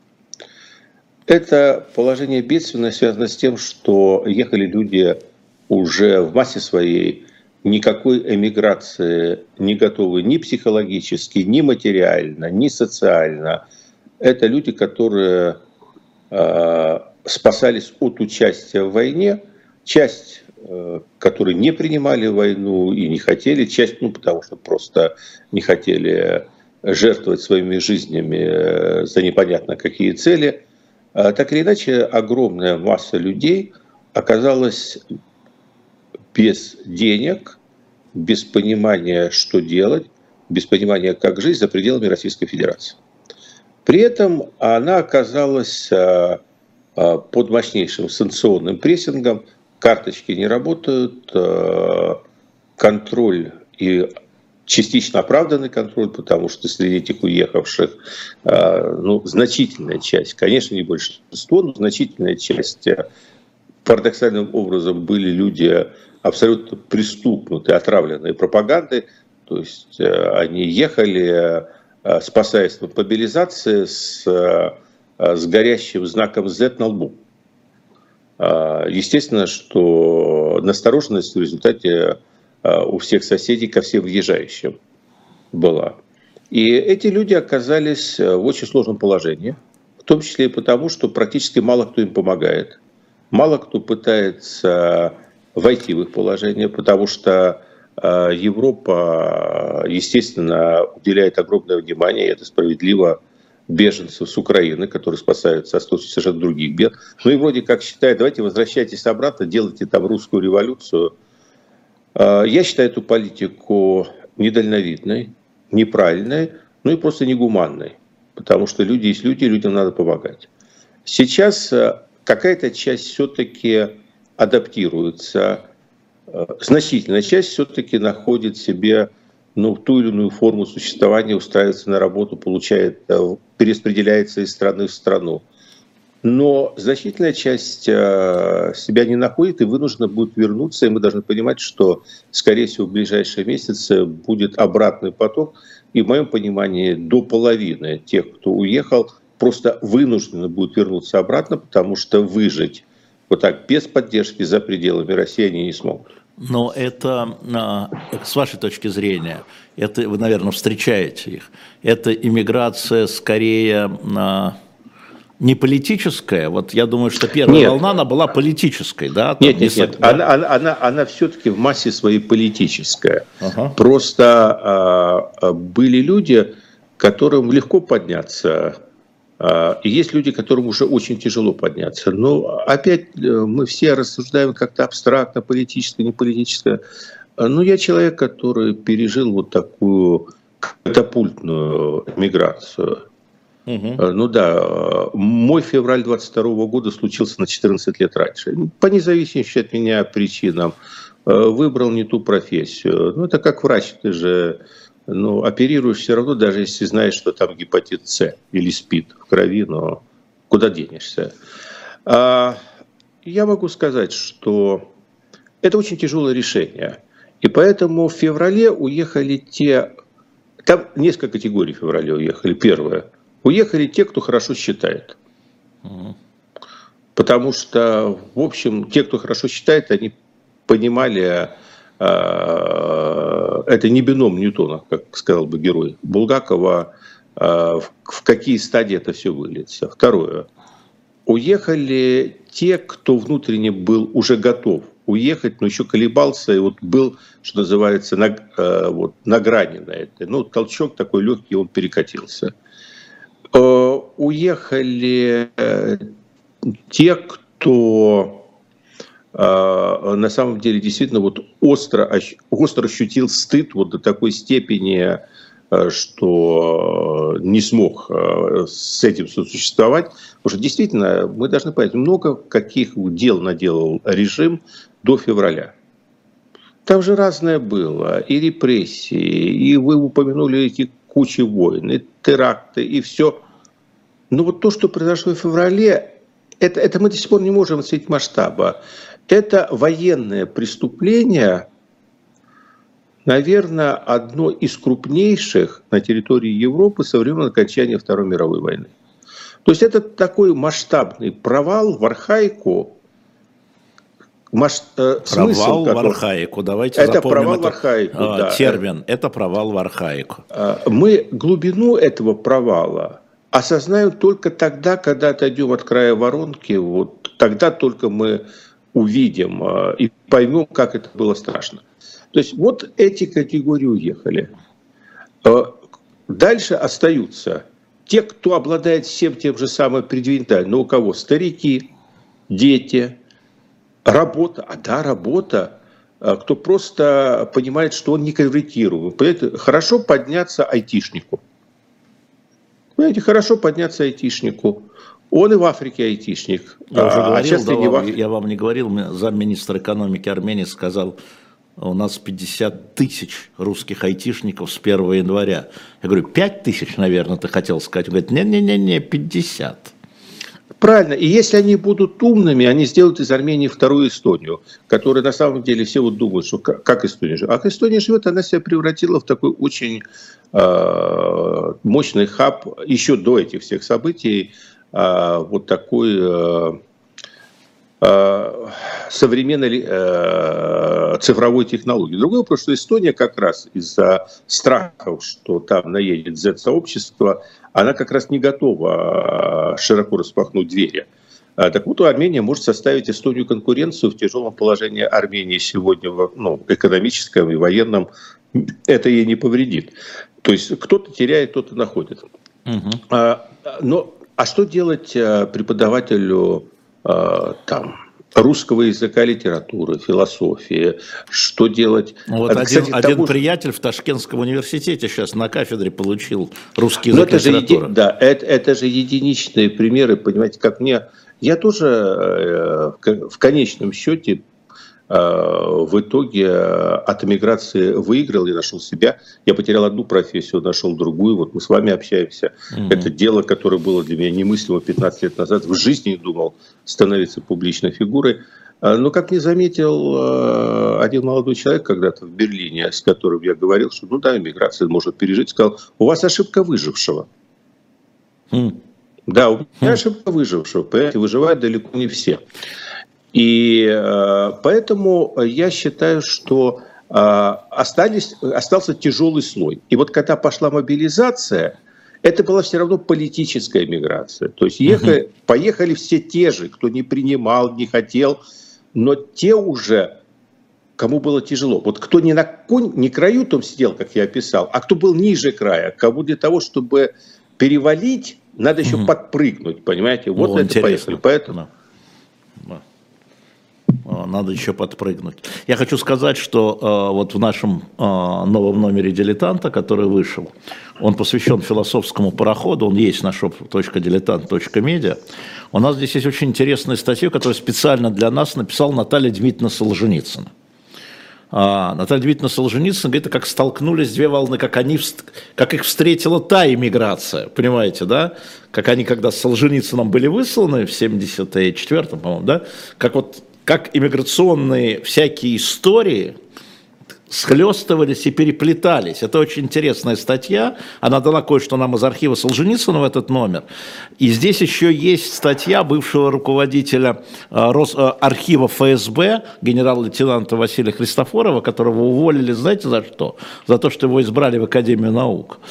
Это положение бедственное связано с тем, что ехали люди уже в массе своей никакой эмиграции не готовы ни психологически, ни материально, ни социально. Это люди, которые спасались от участия в войне, часть, которые не принимали войну и не хотели, часть, потому что просто не хотели жертвовать своими жизнями за непонятно какие цели. Так или иначе, огромная масса людей оказалась без денег, без понимания, что делать, без понимания, как жить за пределами Российской Федерации. При этом она оказалась под мощнейшим санкционным прессингом, карточки не работают, контроль и частично оправданный контроль, потому что среди этих уехавших значительная часть, конечно, не большинство, но значительная часть парадоксальным образом были люди абсолютно пристукнутые, отравленные пропагандой, то есть они ехали, спасаясь от мобилизации, с горящим знаком Z на лбу. Естественно, что настороженность в результате у всех соседей ко всем въезжающим была. И эти люди оказались в очень сложном положении, в том числе и потому, что практически мало кто им помогает, мало кто пытается войти в их положение, потому что Европа, естественно, уделяет огромное внимание, и это справедливо, беженцев с Украины, которые спасаются от совершенно других бед. Ну и вроде как считают, давайте возвращайтесь обратно, делайте там русскую революцию. Я считаю эту политику недальновидной, неправильной, ну и просто негуманной, потому что люди есть люди, людям надо помогать. Сейчас какая-то часть все-таки адаптируется, значительная часть все-таки находит себе ту или иную форму существования, устраивается на работу, получает, перераспределяется из страны в страну. Но значительная часть себя не находит и вынуждена будет вернуться, и мы должны понимать, что, скорее всего, в ближайшие месяцы будет обратный поток, и в моем понимании до половины тех, кто уехал, просто вынуждены будут вернуться обратно, потому что выжить вот так без поддержки за пределами России они не смогут. Но это, с вашей точки зрения, это вы, наверное, встречаете их, это иммиграция скорее не политическая, вот я думаю, что первая волна, она была политической, да? Нет. Она все-таки в массе своей политическая. Просто были люди, которым легко подняться, и есть люди, которым уже очень тяжело подняться. Но опять мы все рассуждаем как-то абстрактно, политическое, не политическое. Но я человек, который пережил вот такую катапультную миграцию. Ну да, мой февраль 22 года случился на 14 лет раньше. По независимым от меня причинам. Выбрал не ту профессию. Ну это как врач, ты же оперируешь все равно, даже если знаешь, что там гепатит С или СПИД в крови, но куда денешься. Я могу сказать, что это очень тяжелое решение. И поэтому в феврале уехали те... Там несколько категорий в феврале уехали. Первое. Уехали те, кто хорошо считает. Потому что, в общем, те, кто хорошо считает, они понимали, это не бином Ньютона, как сказал бы герой Булгакова, в какие стадии это все выльется. Второе. Уехали те, кто внутренне был уже готов уехать, но еще колебался, и вот был, что называется, на грани на это. Толчок такой легкий, он перекатился. Уехали те, кто на самом деле действительно вот остро ощутил стыд вот до такой степени, что не смог с этим сосуществовать. Потому что действительно мы должны понять, много каких дел наделал режим до февраля. Там же разное было, и репрессии, и вы упомянули эти кучи войн, и теракты, и все. Но вот то, что произошло в феврале, это мы до сих пор не можем оценить масштаба. Это военное преступление, наверное, одно из крупнейших на территории Европы со времен окончания Второй мировой войны. То есть это такой масштабный провал в архаику. Провал в архаику, давайте это запомним провал в архаику, да. Термин, это провал в архаику. Мы глубину этого провала осознаем только тогда, когда отойдем от края воронки, вот тогда только мы увидим и поймем, как это было страшно. То есть вот эти категории уехали. Дальше остаются те, кто обладает всем тем же самым предвидением, но у кого старики, дети, работа, работа, кто просто понимает, что он не конвертируем. Понимаете, хорошо подняться айтишнику. Понимаете, хорошо подняться айтишнику. Он и в Африке айтишник. Я уже говорил, да, я вам не говорил, замминистра экономики Армении сказал, у нас 50 тысяч русских айтишников с 1 января. Я говорю, 5 тысяч, наверное, ты хотел сказать. Он говорит, не, 50. Правильно. И если они будут умными, они сделают из Армении вторую Эстонию, которая на самом деле все вот думают, что как Эстония живет. А Эстония живет, она себя превратила в такой очень мощный хаб еще до этих всех событий, вот такой современной цифровой технологии. Другой вопрос, что Эстония как раз из-за страхов, что там наедет Z-сообщество, она как раз не готова широко распахнуть двери. Так вот, Армения может составить Эстонию конкуренцию в тяжелом положении Армении сегодня, экономическом и военном. Это ей не повредит. То есть кто-то теряет, кто-то находит. А что делать преподавателю русского языка, литературы, философии? Что делать? Вот один приятель в Ташкентском университете сейчас на кафедре получил русский язык, литературу. Это же единичные примеры, понимаете, как мне... Я тоже в конечном счете в итоге от эмиграции выиграл, я нашел себя. Я потерял одну профессию, нашел другую. Вот мы с вами общаемся. Это дело, которое было для меня немыслимо 15 лет назад. В жизни не думал становиться публичной фигурой. Но, как мне заметил один молодой человек когда-то в Берлине, с которым я говорил, что эмиграция может пережить, сказал, у вас ошибка выжившего. Да, у меня ошибка выжившего. Понимаете, выживают далеко не все. И поэтому я считаю, что остался тяжелый слой. И вот когда пошла мобилизация, это была все равно политическая миграция. То есть поехали все те же, кто не принимал, не хотел, но те уже, кому было тяжело. Вот кто не краю там сидел, как я описал, а кто был ниже края, кому для того, чтобы перевалить, надо еще подпрыгнуть, понимаете? Вот на это поехали. Поэтому... Надо еще подпрыгнуть. Я хочу сказать, что вот в нашем новом номере «Дилетанта», который вышел, он посвящен философскому пароходу, он есть на shop.diletant.media. У нас здесь есть очень интересная статья, которую специально для нас написала Наталья Дмитриевна Солженицына. Наталья Дмитриевна Солженицына говорит, как столкнулись две волны, как их встретила та иммиграция, понимаете, да? Как они, когда с Солженицыным были высланы в 74-м, по-моему, да? Как иммиграционные всякие истории схлестывались и переплетались. Это очень интересная статья. Она дала кое-что нам из архива Солженицына в этот номер. И здесь еще есть статья бывшего руководителя архива ФСБ, генерал-лейтенанта Василия Христофорова, которого уволили, знаете, за что? За то, что его избрали в Академию наук.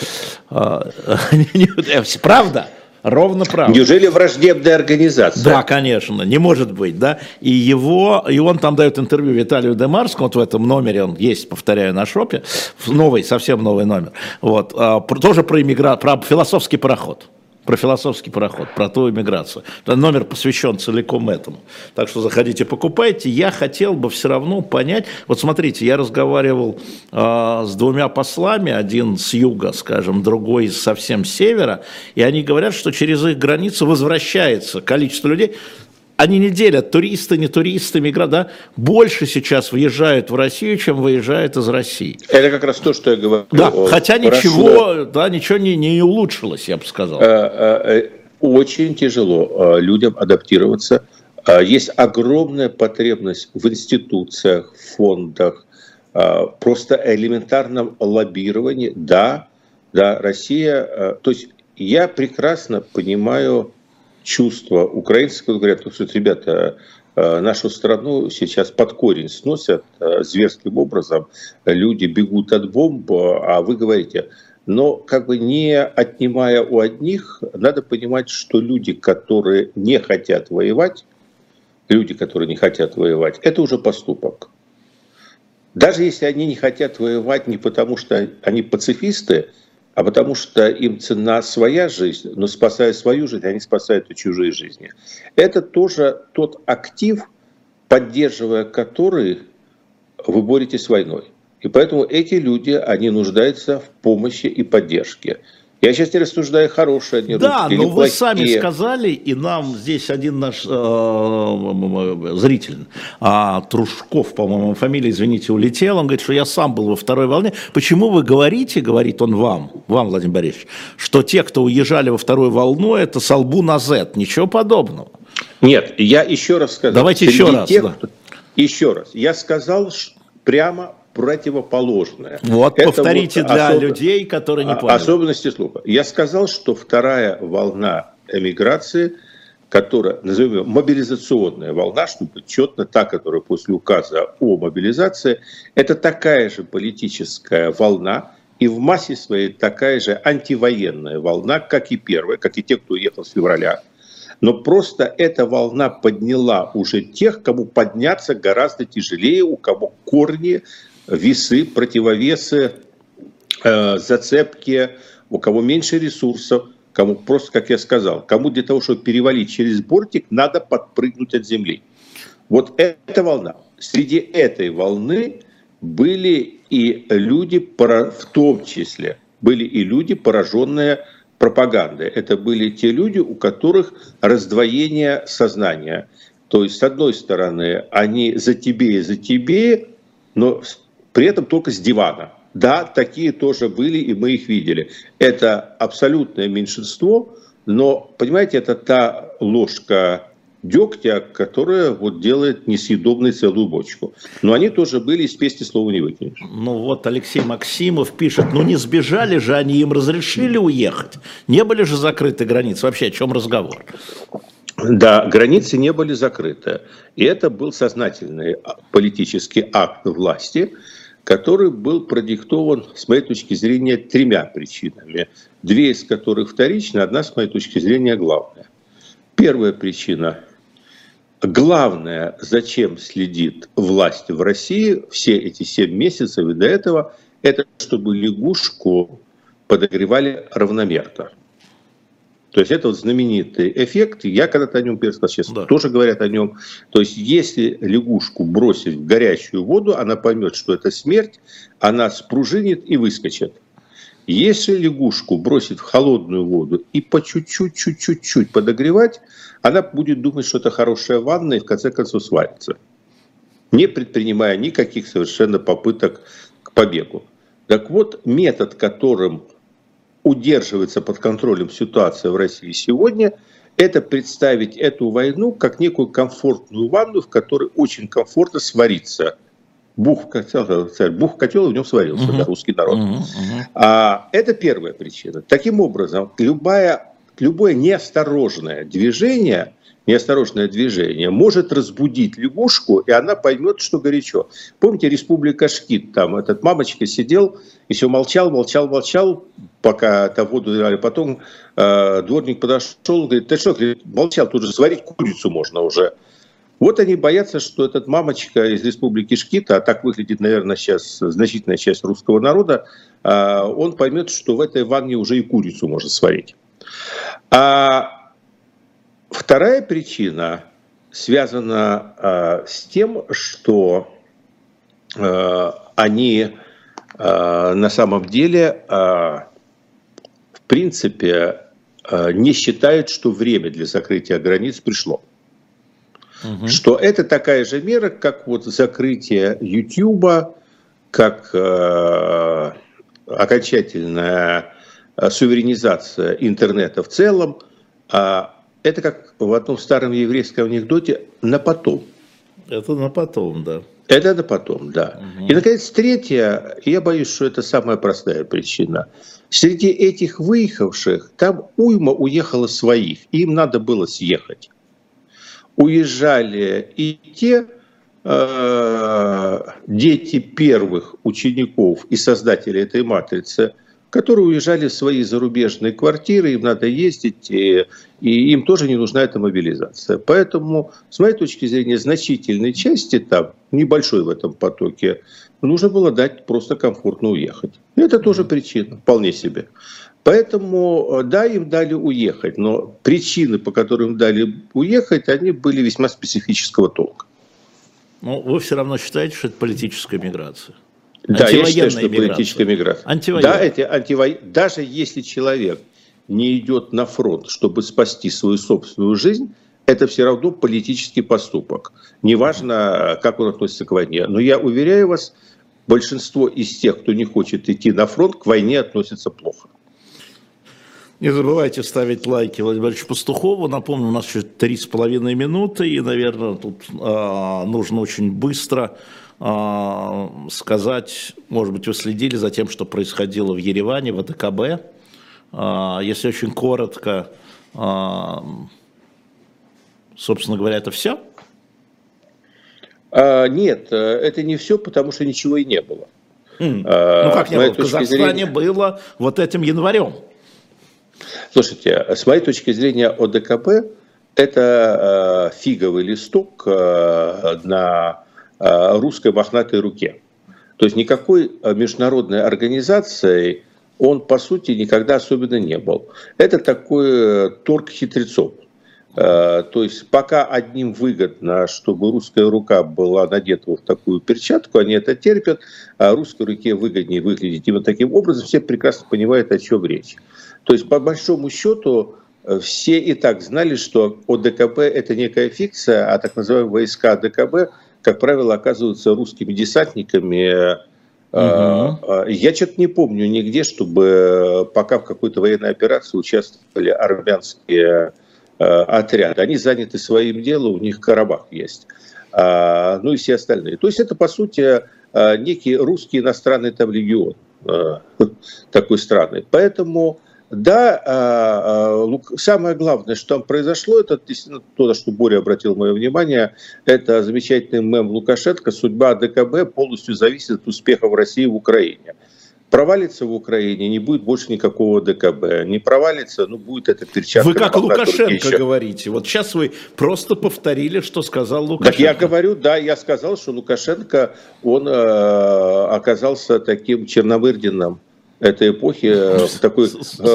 Правда? Ровно правда. Неужели враждебная организация? Да, конечно, не может быть, да. И он там дает интервью Виталию Демарскому, вот в этом номере он есть, повторяю, на шопе, совсем новый номер, вот, тоже про философский пароход. про философский пароход, про ту эмиграцию. Номер посвящен целиком этому. Так что заходите, покупайте. Я хотел бы все равно понять, вот смотрите, я разговаривал с двумя послами, один с юга, скажем, другой совсем с севера, и они говорят, что через их границу возвращается количество людей. Они не делят туристы, не туристы, мигранты, да? Больше сейчас въезжают в Россию, чем выезжают из России. Это как раз то, что я говорю. Да, хотя ничего не улучшилось, я бы сказал. Очень тяжело людям адаптироваться. Есть огромная потребность в институциях, в фондах, просто элементарном лоббировании. Да, Россия... То есть я прекрасно понимаю чувства украинцев, которые говорят, что, ребята, нашу страну сейчас под корень сносят зверским образом, люди бегут от бомб, а вы говорите, но как бы не отнимая у одних, надо понимать, что люди, которые не хотят воевать, это уже поступок. Даже если они не хотят воевать не потому, что они пацифисты, а потому что им ценна своя жизнь, но спасая свою жизнь, они спасают и чужие жизни. Это тоже тот актив, поддерживая который вы боретесь с войной. И поэтому эти люди, они нуждаются в помощи и поддержке. Я сейчас не рассуждаю, хорошие они русские или плохие. Да, но вы сами сказали, и нам здесь один наш зритель, Трушков, по-моему, фамилия, извините, улетела, он говорит, что я сам был во второй волне. Почему вы говорите, говорит он вам, Владимир Борисович, что те, кто уезжали во вторую волну, это со лбу на Z, ничего подобного? Нет, я еще раз сказал. Давайте еще раз. Еще раз. Я сказал прямо противоположное. Вот, повторите для людей, которые не поняли. Особенности слуха. Я сказал, что вторая волна эмиграции, которая, назовем ее мобилизационная волна, чтобы быть четно, та, которая после указа о мобилизации, это такая же политическая волна и в массе своей такая же антивоенная волна, как и первая, как и те, кто уехал с февраля. Но просто эта волна подняла уже тех, кому подняться гораздо тяжелее, у кого корни, весы, противовесы, зацепки, у кого меньше ресурсов, кому просто, как я сказал, кому для того, чтобы перевалить через бортик, надо подпрыгнуть от земли. Вот эта волна. Среди этой волны были и люди, в том числе, были и люди, пораженные пропагандой. Это были те люди, у которых раздвоение сознания. То есть, с одной стороны, они за тебе, но при этом только с дивана. Да, такие тоже были, и мы их видели. Это абсолютное меньшинство, но, понимаете, это та ложка дегтя, которая вот делает несъедобной целую бочку. Но они тоже были, из песни слова не выкинешь. Ну вот Алексей Максимов пишет, не сбежали же они, им разрешили уехать. Не были же закрыты границы. Вообще, о чем разговор? Да, границы не были закрыты. И это был сознательный политический акт власти, который был продиктован, с моей точки зрения, 3 причинами. 2 из которых вторичны, 1, с моей точки зрения, главная. Первая причина. Главное, зачем следит власть в России все эти 7 месяцев и до этого, это чтобы лягушку подогревали равномерно. То есть это вот знаменитый эффект, я когда-то о нем первый раз, сейчас тоже говорят о нем. То есть если лягушку бросить в горячую воду, она поймет, что это смерть, она спружинит и выскочит. Если лягушку бросить в холодную воду и по чуть-чуть подогревать, она будет думать, что это хорошая ванна и в конце концов сварится, не предпринимая никаких совершенно попыток к побегу. Так вот, метод, которым удерживается под контролем ситуация в России сегодня, это представить эту войну как некую комфортную ванну, в которой очень комфортно свариться. Бух в котел, и в нем сварился, русский народ. Это первая причина. Таким образом, любое неосторожное движение может разбудить лягушку, и она поймет, что горячо. Помните, Республика Шкит, там этот мамочка сидел и все молчал, пока там воду дали. Потом дворник подошел, говорит, ты что, молчал, тут же сварить курицу можно уже. Вот они боятся, что этот мамочка из Республики Шкит, а так выглядит, наверное, сейчас значительная часть русского народа, он поймет, что в этой ванне уже и курицу можно сварить. А вторая причина связана с тем, что они на самом деле, в принципе, не считают, что время для закрытия границ пришло. Угу. Что это такая же мера, как вот закрытие Ютьюба, как окончательная суверенизация интернета в целом. Это как в одном старом еврейском анекдоте «на потом». Это на потом, да. Это на потом, да. Угу. И, наконец, третья, я боюсь, что это самая простая причина. Среди этих выехавших, там уйма уехало своих, им надо было съехать. Уезжали и те дети первых учеников и создателей этой матрицы, которые уезжали в свои зарубежные квартиры, им надо ездить, и им тоже не нужна эта мобилизация. Поэтому, с моей точки зрения, значительной части там, небольшой в этом потоке, нужно было дать просто комфортно уехать. И это тоже причина, вполне себе. Поэтому, да, им дали уехать, но причины, по которым дали уехать, они были весьма специфического толка. Но вы все равно считаете, что это политическая миграция? Да, я считаю, что политическая миграция. Да, даже если человек не идет на фронт, чтобы спасти свою собственную жизнь, это все равно политический поступок. Неважно, как он относится к войне. Но я уверяю вас, большинство из тех, кто не хочет идти на фронт, к войне относятся плохо. Не забывайте ставить лайки Владимиру Борисовичу Пастухову. Напомню, у нас еще 3,5 минуты, и, наверное, тут нужно очень быстро сказать, может быть, вы следили за тем, что происходило в Ереване, в АДКБ. Если очень коротко, собственно говоря, это все? Нет, это не все, потому что ничего и не было. Ну как не было? В Казахстане было вот этим январем. Слушайте, с моей точки зрения, ОДКБ – это фиговый листок на русской мохнатой руке. То есть никакой международной организацией он, по сути, никогда особенно не был. Это такой торг хитрецов. То есть пока одним выгодно, чтобы русская рука была надета в такую перчатку, они это терпят, а русской руке выгоднее выглядеть именно таким образом, все прекрасно понимают, о чем речь. То есть по большому счету все и так знали, что ОДКБ это некая фикция, а так называемые войска ОДКБ, как правило, оказываются русскими десантниками. Я что-то не помню нигде, чтобы пока в какой-то военной операции участвовали армянские отряды. Они заняты своим делом, у них Карабах есть. Ну и все остальные. То есть это, по сути, некий русский иностранный там легион такой странный. Поэтому, да, самое главное, что там произошло, это действительно то, на что Боря обратил мое внимание, это замечательный мем Лукашенко. Судьба АДКБ полностью зависит от успеха в России в Украине. Провалится в Украине, не будет больше никакого ДКБ. Не провалится, ну будет эта перчатка. Вы как Лукашенко говорите. Вот сейчас вы просто повторили, что сказал Лукашенко. Так я говорю, да, я сказал, что Лукашенко, он оказался таким Черномырдиным этой эпохи, в такой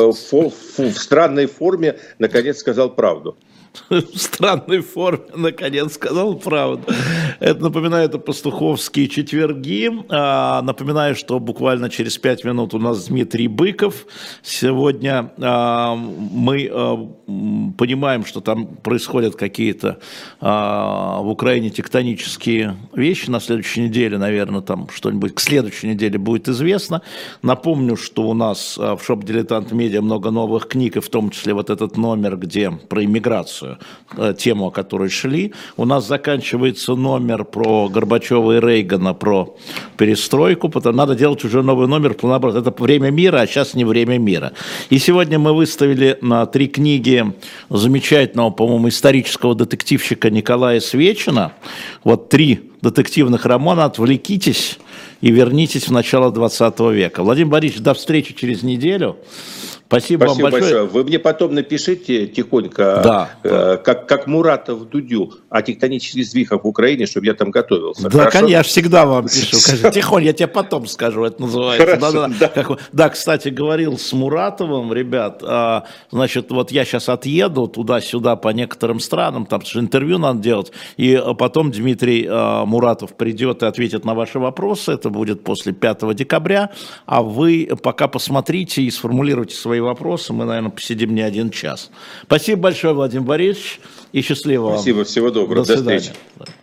в странной форме, наконец сказал правду. В странной форме, наконец, сказал правду. Это напоминает о пастуховские четверги. Напоминаю, что буквально через 5 минут у нас Дмитрий Быков. Сегодня мы понимаем, что там происходят какие-то в Украине тектонические вещи. На следующей неделе, наверное, там что-нибудь к следующей неделе будет известно. Напомню, что у нас в Шоп Дилетант Медиа много новых книг, и в том числе вот этот номер, где про иммиграцию, тему, о которой шли. У нас заканчивается номер про Горбачева и Рейгана, про перестройку, потому надо делать уже новый номер, наоборот, это время мира, а сейчас не время мира. И сегодня мы выставили на 3 книги замечательного, по-моему, исторического детективщика Николая Свечина. Вот 3 детективных романа «Отвлекитесь» и вернитесь в начало 20 века. Владимир Борисович, до встречи через неделю. Спасибо вам большое. Вы мне потом напишите тихонько, да. как Муратов Дудю, о тектонических сдвигах в Украине, чтобы я там готовился. Да, конечно, я всегда вам пишу. Тихонь, я тебе потом скажу, это называется. Хорошо, да, кстати, говорил с Муратовым, ребят, значит, вот я сейчас отъеду туда-сюда по некоторым странам, там же интервью надо делать, и потом Дмитрий Муратов придет и ответит на ваши вопросы, это будет после 5 декабря, а вы пока посмотрите и сформулируйте свои вопросы, мы, наверное, посидим не 1 час. Спасибо большое, Владимир Борисович, и счастливо вам. Спасибо, всего доброго, до встречи.